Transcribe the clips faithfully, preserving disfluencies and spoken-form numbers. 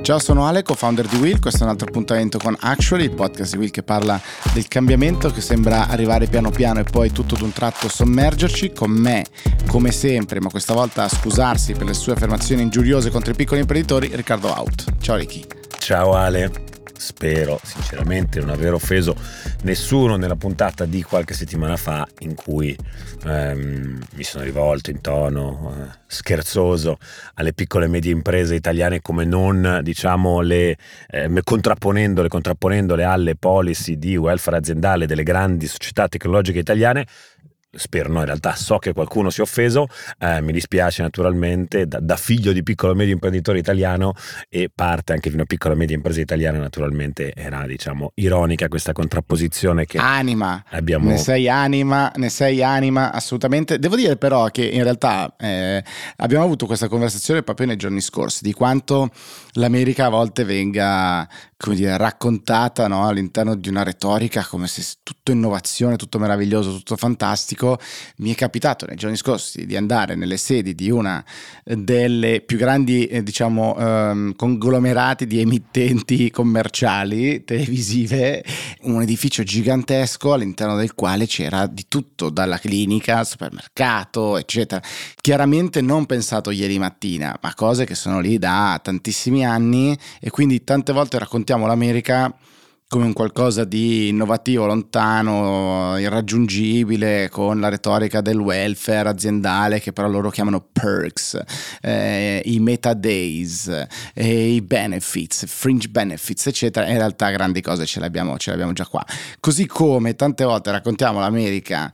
Ciao, sono Ale, co-founder di Will. Questo è un altro appuntamento con Actually, il podcast di Will che parla del cambiamento che sembra arrivare piano piano e poi tutto d'un tratto sommergerci. Con me, come sempre, ma questa volta a scusarsi per le sue affermazioni ingiuriose contro i piccoli imprenditori, Riccardo Out. Ciao Ricky. Ciao Ale. Spero sinceramente non aver offeso nessuno nella puntata di qualche settimana fa in cui ehm, mi sono rivolto in tono eh, scherzoso alle piccole e medie imprese italiane, come non diciamo le eh, contrapponendole, contrapponendole alle policy di welfare aziendale delle grandi società tecnologiche italiane. Spero, no, in realtà so che qualcuno si è offeso, eh, mi dispiace naturalmente, da, da figlio di piccolo e medio imprenditore italiano e parte anche di una piccola e media impresa italiana, naturalmente era diciamo ironica questa contrapposizione che anima, abbiamo. Ne sei anima, ne sei anima assolutamente. Devo dire però che in realtà eh, abbiamo avuto questa conversazione proprio nei giorni scorsi di quanto l'America a volte venga, come dire, raccontata, no, all'interno di una retorica come se tutto innovazione, tutto meraviglioso, tutto fantastico. Mi è capitato nei giorni scorsi di andare nelle sedi di una delle più grandi eh, diciamo ehm, conglomerati di emittenti commerciali televisive, un edificio gigantesco all'interno del quale c'era di tutto, dalla clinica al supermercato eccetera, chiaramente non pensato ieri mattina, ma cose che sono lì da tantissimi anni, e quindi tante volte raccontiamo l'America come un qualcosa di innovativo, lontano, irraggiungibile, con la retorica del welfare aziendale che però loro chiamano perks, eh, i meta days, eh, i benefits, fringe benefits eccetera. In realtà grandi cose ce le abbiamo, ce le abbiamo già qua, così come tante volte raccontiamo l'America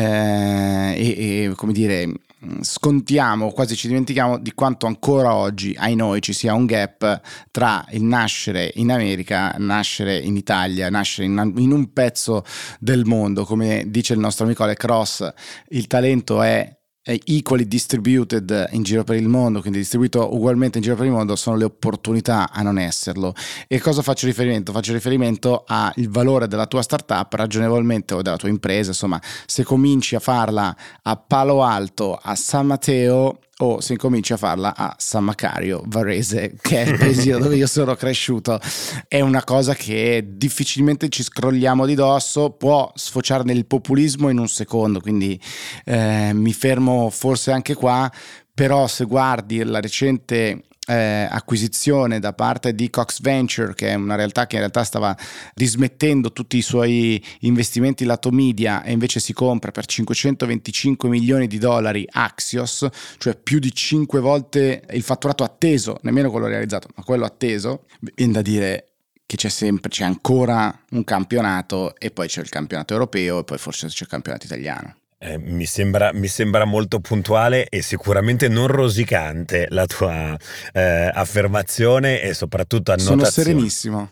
eh, e, e come dire scontiamo, quasi ci dimentichiamo di quanto ancora oggi ai noi ci sia un gap tra il nascere in America, nascere in Italia, nascere in, in un pezzo del mondo. Come dice il nostro amico Alec Ross, il talento è è equally distributed in giro per il mondo, quindi distribuito ugualmente in giro per il mondo, sono le opportunità a non esserlo. E cosa faccio riferimento? Faccio riferimento al valore della tua startup ragionevolmente, o della tua impresa, insomma, se cominci a farla a Palo Alto, a San Matteo, o se incominci a farla a San Macario, Varese, che è il paesino dove io sono cresciuto. È una cosa che difficilmente ci scrolliamo di dosso, può sfociare nel populismo in un secondo, quindi eh, mi fermo forse anche qua. Però se guardi la recente Eh, acquisizione da parte di Cox Venture, che è una realtà che in realtà stava dismettendo tutti i suoi investimenti lato media, e invece si compra per cinquecentoventicinque milioni di dollari Axios, cioè più di cinque volte il fatturato atteso, nemmeno quello realizzato ma quello atteso. Viene da dire che c'è sempre, c'è ancora un campionato, e poi c'è il campionato europeo, e poi forse c'è il campionato italiano. Eh, mi sembra, mi sembra molto puntuale e sicuramente non rosicante la tua eh, affermazione, e soprattutto annotazione. Sono serenissimo.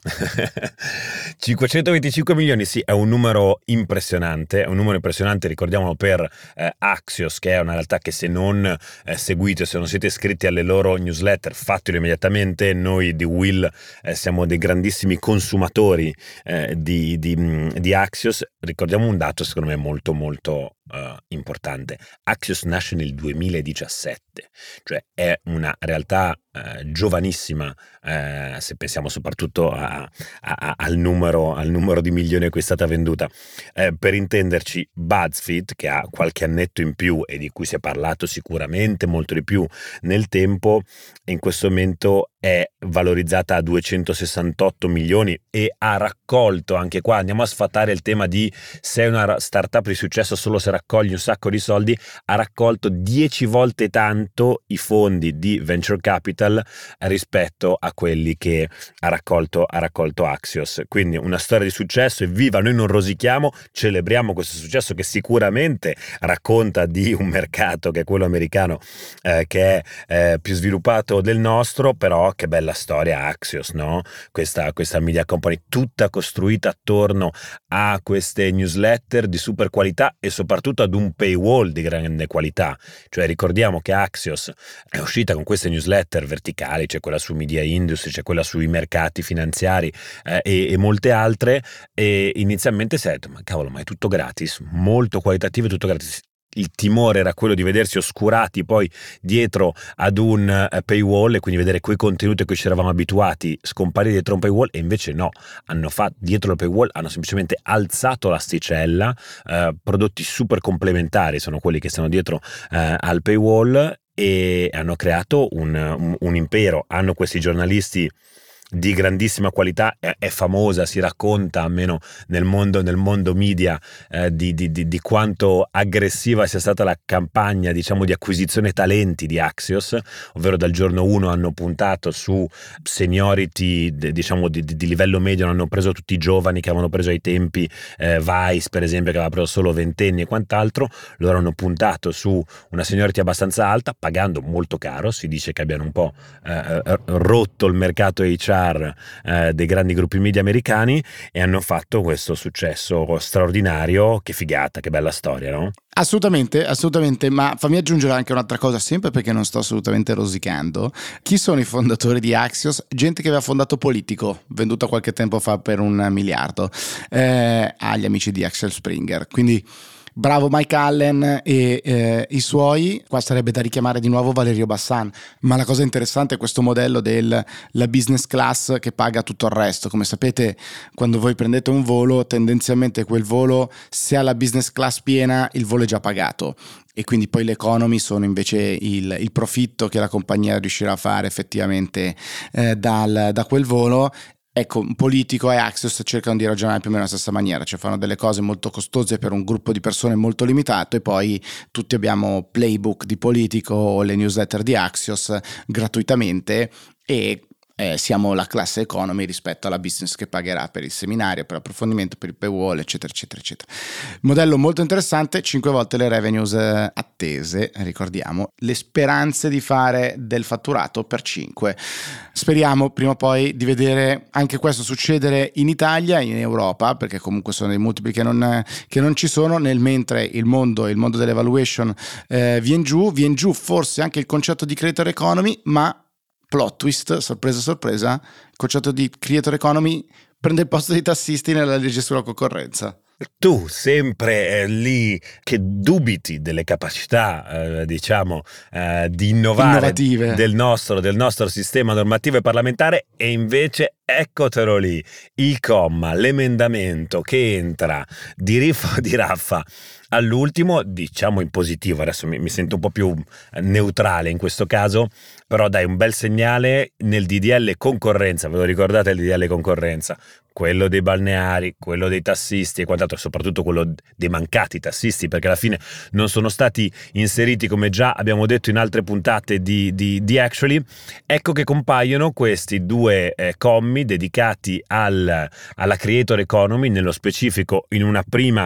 cinquecentoventicinque milioni, sì, è un numero impressionante, è un numero impressionante, ricordiamolo, per eh, Axios, che è una realtà che se non eh, seguite, se non siete iscritti alle loro newsletter, fatelo immediatamente. Noi di Will eh, siamo dei grandissimi consumatori eh, di, di, di Axios. Ricordiamo un dato secondo me molto molto Uh, importante. Axios nasce nel duemiladiciassette, cioè è una realtà uh, giovanissima, uh, se pensiamo soprattutto a, a, al, numero, al numero di milioni a cui è stata venduta. Uh, per intenderci, BuzzFeed, che ha qualche annetto in più e di cui si è parlato sicuramente molto di più nel tempo, in questo momento è valorizzata a duecentosessantotto milioni e ha raccolto, anche qua andiamo a sfatare il tema di se è una startup di successo solo se raccogli un sacco di soldi, ha raccolto dieci volte tanto i fondi di venture capital rispetto a quelli che ha raccolto, ha raccolto Axios. Quindi una storia di successo, evviva, noi non rosichiamo, celebriamo questo successo che sicuramente racconta di un mercato che è quello americano, eh, che è eh, più sviluppato del nostro. Però che bella storia Axios, no? Questa, questa media company tutta costruita attorno a queste newsletter di super qualità e soprattutto ad un paywall di grande qualità. Cioè ricordiamo che Axios è uscita con queste newsletter verticali, c'è quella su media industry, c'è quella sui mercati finanziari eh, e, e molte altre, e inizialmente si è detto ma cavolo, ma è tutto gratis, molto qualitativo e tutto gratis. il timore era quello di vedersi oscurati poi dietro ad un uh, paywall, e quindi vedere quei contenuti a cui ci eravamo abituati scomparire dietro un paywall, e invece no, hanno fatto dietro il paywall, hanno semplicemente alzato l'asticella. Uh, prodotti super complementari sono quelli che stanno dietro uh, al paywall, e hanno creato un, un, un impero. Hanno questi giornalisti di grandissima qualità, è, è famosa, si racconta almeno nel mondo, nel mondo media eh, di, di, di, di quanto aggressiva sia stata la campagna, diciamo, di acquisizione talenti di Axios, ovvero dal giorno uno hanno puntato su seniority, diciamo di, di livello medio, hanno preso tutti i giovani che avevano preso ai tempi eh, Vice per esempio, che aveva preso solo ventenni e quant'altro. Loro hanno puntato su una seniority abbastanza alta, pagando molto caro. Si dice che abbiano un po' eh, rotto il mercato H R Eh, dei grandi gruppi media americani, e hanno fatto questo successo straordinario. Che figata, che bella storia, no? Assolutamente, assolutamente, ma fammi aggiungere anche un'altra cosa, sempre perché non sto assolutamente rosicando. Chi sono i fondatori di Axios? Gente che aveva fondato Politico, venduta qualche tempo fa per un miliardo eh, agli amici di Axel Springer, quindi bravo Mike Allen e eh, i suoi. Qua sarebbe da richiamare di nuovo Valerio Bassan, ma la cosa interessante è questo modello della business class che paga tutto il resto. Come sapete, quando voi prendete un volo, tendenzialmente quel volo, se ha la business class piena, il volo è già pagato, e quindi poi le economy sono invece il, il profitto che la compagnia riuscirà a fare effettivamente eh, dal, da quel volo. Ecco, un Politico e Axios cercano di ragionare più o meno alla stessa maniera, cioè fanno delle cose molto costose per un gruppo di persone molto limitato, e poi tutti abbiamo playbook di Politico o le newsletter di Axios gratuitamente, e eh, siamo la classe economy rispetto alla business che pagherà per il seminario, per l'approfondimento, per il paywall, eccetera eccetera eccetera. Modello molto interessante, cinque volte le revenues eh, attese, ricordiamo, le speranze di fare del fatturato per cinque. Speriamo prima o poi di vedere anche questo succedere in Italia, in Europa, perché comunque sono dei multipli che non, che non ci sono, nel mentre il mondo, il mondo dell'evaluation eh, viene giù, viene giù forse anche il concetto di creator economy, ma plot twist, sorpresa sorpresa, il concetto di creator economy prende il posto dei tassisti nella legge sulla concorrenza. Tu sempre eh, lì che dubiti delle capacità eh, diciamo eh, di innovare innovative del nostro, del nostro sistema normativo e parlamentare, e invece eccotelo lì, il comma, l'emendamento che entra di riffa o di raffa all'ultimo, diciamo in positivo. Adesso mi, mi sento un po' più neutrale in questo caso, però dai un bel segnale nel D D L concorrenza. Ve lo ricordate il D D L concorrenza? Quello dei balneari, quello dei tassisti e quant'altro, soprattutto quello dei mancati tassisti, perché alla fine non sono stati inseriti, come già abbiamo detto in altre puntate di, di, di Actually. Ecco che compaiono questi due eh, commi dedicati al, alla creator economy, nello specifico in una prima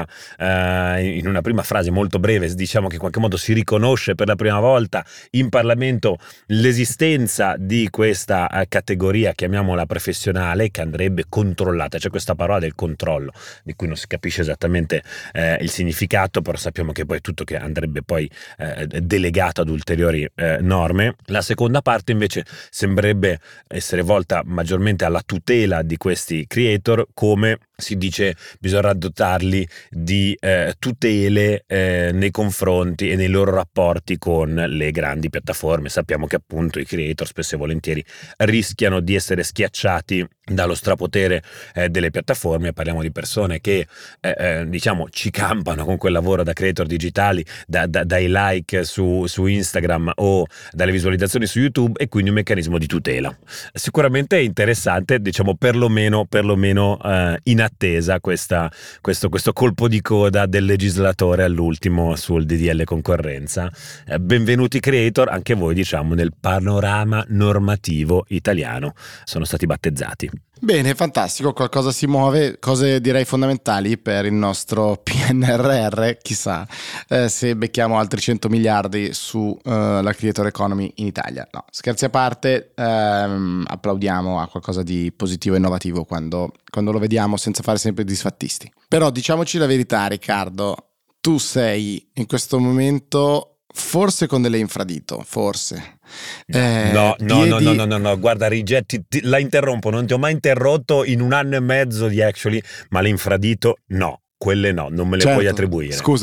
eh, in una prima frase molto breve. Diciamo che in qualche modo si riconosce per la prima volta in Parlamento l'esistenza di questa eh, categoria, chiamiamola professionale, che andrebbe controllata. C'è questa parola del controllo di cui non si capisce esattamente eh, il significato, però sappiamo che poi è tutto che andrebbe poi eh, delegato ad ulteriori eh, norme. La seconda parte invece sembrerebbe essere volta maggiormente alla tutela di questi creator, come si dice bisognerà dotarli di eh, tutele eh, nei confronti e nei loro rapporti con le grandi piattaforme. Sappiamo che appunto i creator spesso e volentieri rischiano di essere schiacciati dallo strapotere eh, delle piattaforme. Parliamo di persone che eh, eh, diciamo ci campano con quel lavoro da creator digitali, da, da, dai like su, su Instagram o dalle visualizzazioni su YouTube, e quindi un meccanismo di tutela sicuramente interessante, diciamo perlomeno, perlomeno eh, in attesa questa, questo, questo colpo di coda del legislatore all'ultimo sul D D L concorrenza. Eh, benvenuti creator, anche voi diciamo nel panorama normativo italiano sono stati battezzati. Bene, fantastico, qualcosa si muove, cose direi fondamentali per il nostro P N R R, chissà eh, se becchiamo altri cento miliardi su uh, la creator economy in Italia. No, scherzi a parte, ehm, applaudiamo a qualcosa di positivo e innovativo quando, quando lo vediamo, senza fare sempre i disfattisti. Però diciamoci la verità, Riccardo, tu sei in questo momento forse con delle infradito, forse. Eh, no, no, piedi... no, no, no, no, no, guarda, rigetti, ti, la interrompo, non ti ho mai interrotto in un anno e mezzo di Actually, ma l'infradito no, quelle no, non me le certo, puoi attribuire. Scusami,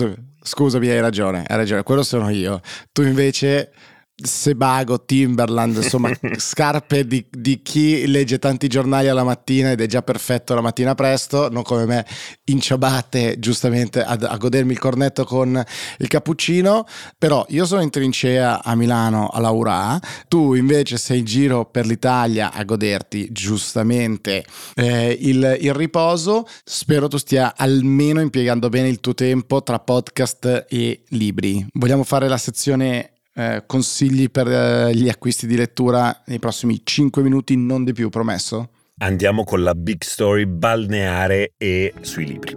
scusami, hai ragione, hai ragione, quello sono io. Tu invece Sebago, Timberland, insomma scarpe di, di chi legge tanti giornali alla mattina ed è già perfetto la mattina presto, non come me in ciabatte giustamente a, a godermi il cornetto con il cappuccino. Però io sono in trincea a Milano alla Ura, tu invece sei in giro per l'Italia a goderti giustamente eh, il, il riposo. Spero tu stia almeno impiegando bene il tuo tempo tra podcast e libri. Vogliamo fare la sezione Eh, consigli per eh, gli acquisti di lettura nei prossimi cinque minuti, non di più, promesso? Andiamo con la big story balneare e sui libri.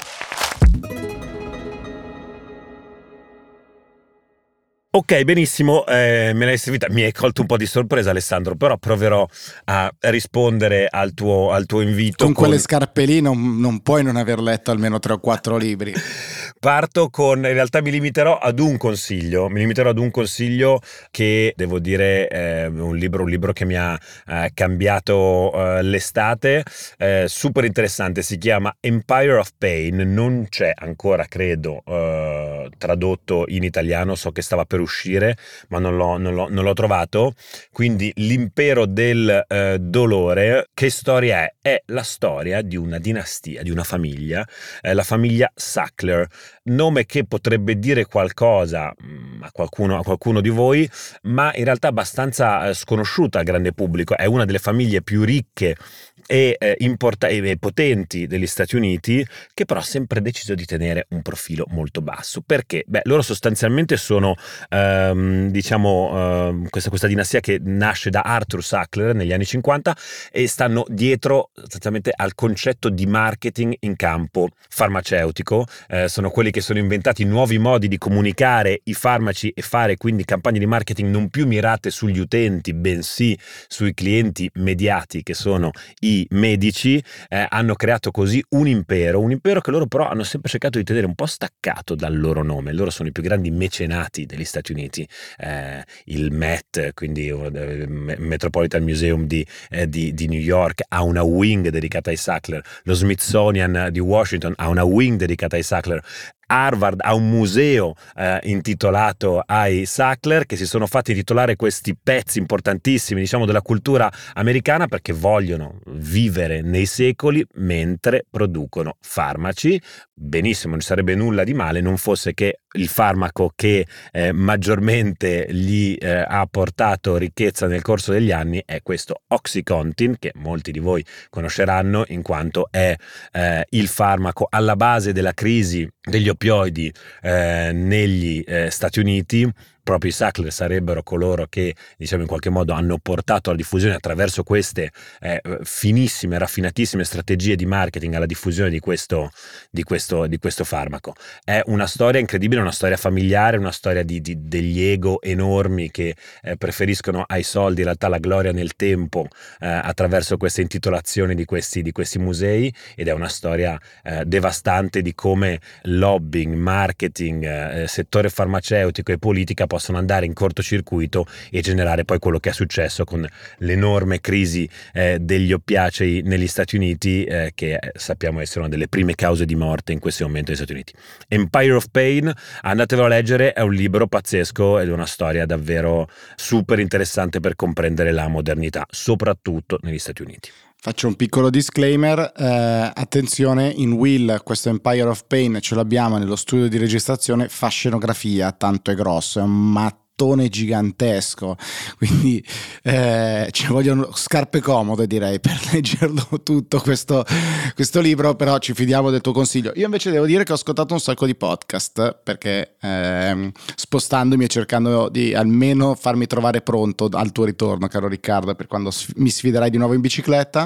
Ok, benissimo, eh, me l'hai servita, mi hai colto un po' di sorpresa Alessandro, però proverò a rispondere al tuo, al tuo invito. Con, con quelle scarpe lì non, non puoi non aver letto almeno tre o quattro libri. Parto con, in realtà mi limiterò ad un consiglio, mi limiterò ad un consiglio che devo dire è un libro, un libro che mi ha eh, cambiato eh, l'estate, eh, super interessante, si chiama Empire of Pain, non c'è ancora credo eh, tradotto in italiano, so che stava per uscire ma non l'ho, non l'ho, non l'ho trovato, quindi l'impero del eh, dolore. Che storia è? È la storia di una dinastia, di una famiglia, eh, la famiglia Sackler, nome che potrebbe dire qualcosa a qualcuno, a qualcuno di voi, ma in realtà abbastanza eh, sconosciuta al grande pubblico. È una delle famiglie più ricche e, eh, import- e potenti degli Stati Uniti, che però ha sempre deciso di tenere un profilo molto basso. Perché? Beh, loro sostanzialmente sono ehm, diciamo ehm, questa, questa dinastia che nasce da Arthur Sackler negli anni cinquanta e stanno dietro sostanzialmente al concetto di marketing in campo farmaceutico. Eh, sono quelli che sono inventati nuovi modi di comunicare i farmaci e fare quindi campagne di marketing non più mirate sugli utenti, bensì sui clienti mediati che sono i medici. Eh, hanno creato così un impero, un impero che loro però hanno sempre cercato di tenere un po' staccato dal loro nome. Loro sono i più grandi mecenati degli Stati Uniti, eh, il M E T, quindi uh, Metropolitan Museum di, eh, di, di New York ha una wing dedicata ai Sackler, lo Smithsonian di Washington ha una wing dedicata ai Sackler, Harvard ha un museo eh, intitolato ai Sackler, che si sono fatti titolare questi pezzi importantissimi, diciamo, della cultura americana, perché vogliono vivere nei secoli mentre producono farmaci. Benissimo, non ci sarebbe nulla di male, non fosse che il farmaco che eh, maggiormente gli eh, ha portato ricchezza nel corso degli anni è questo Oxycontin, che molti di voi conosceranno in quanto è eh, il farmaco alla base della crisi degli oppioidi eh, negli eh, Stati Uniti. Proprio i Sackler sarebbero coloro che, diciamo, in qualche modo hanno portato alla diffusione attraverso queste eh, finissime, raffinatissime strategie di marketing alla diffusione di questo, di questo, di questo farmaco. È una storia incredibile, una storia familiare, una storia di, di, degli ego enormi che eh, preferiscono ai soldi in realtà la gloria nel tempo eh, attraverso queste intitolazioni di questi, di questi musei, ed è una storia eh, devastante di come lobbying, marketing, eh, settore farmaceutico e politica possono andare in cortocircuito e generare poi quello che è successo con l'enorme crisi eh, degli oppiacei negli Stati Uniti, eh, che sappiamo essere una delle prime cause di morte in questo momento negli Stati Uniti. Empire of Pain, andatevelo a leggere, è un libro pazzesco ed è una storia davvero super interessante per comprendere la modernità, soprattutto negli Stati Uniti. Faccio un piccolo disclaimer, eh, attenzione, in Will questo Empire of Pain ce l'abbiamo nello studio di registrazione, fa scenografia, tanto è grosso, è un mattone gigantesco, quindi eh, ci vogliono scarpe comode, direi, per leggerlo tutto questo, questo libro, però ci fidiamo del tuo consiglio. Io invece devo dire che ho ascoltato un sacco di podcast, perché eh, spostandomi e cercando di almeno farmi trovare pronto al tuo ritorno, caro Riccardo, per quando mi sfiderai di nuovo in bicicletta,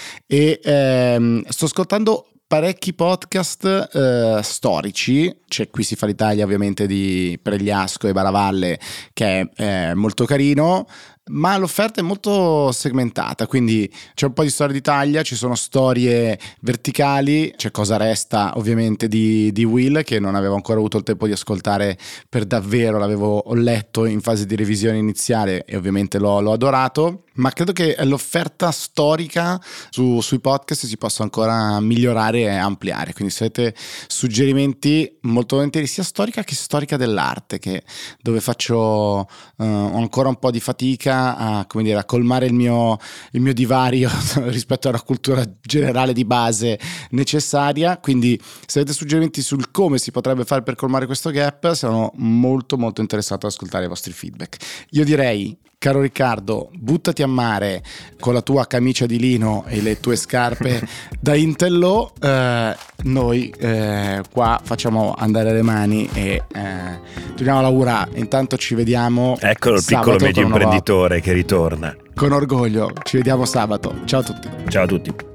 e ehm, sto ascoltando parecchi podcast eh, storici. C'è Qui si fa l'Italia, ovviamente, di Pregliasco e Baravalle, che è eh, molto carino, ma l'offerta è molto segmentata, quindi c'è un po' di storia d'Italia, ci sono storie verticali, c'è Cosa resta ovviamente di, di Will, che non avevo ancora avuto il tempo di ascoltare per davvero, l'avevo ho letto in fase di revisione iniziale e ovviamente l'ho, l'ho adorato, ma credo che l'offerta storica su, sui podcast si possa ancora migliorare allargare e ampliare. Quindi se avete suggerimenti, molto volentieri, sia storica che storica dell'arte, che dove faccio uh, ho ancora un po' di fatica a, come dire, a colmare il mio, il mio divario rispetto alla cultura generale di base necessaria. Quindi se avete suggerimenti sul come si potrebbe fare per colmare questo gap, sono molto molto interessato ad ascoltare i vostri feedback. Io direi, caro Riccardo, buttati a mare con la tua camicia di lino e le tue scarpe da Intello. Eh, noi eh, qua facciamo andare le mani e eh, torniamo a lavorare. Intanto ci vediamo. Eccolo il piccolo medio imprenditore che ritorna con orgoglio. Ci vediamo sabato. Ciao a tutti. Ciao a tutti.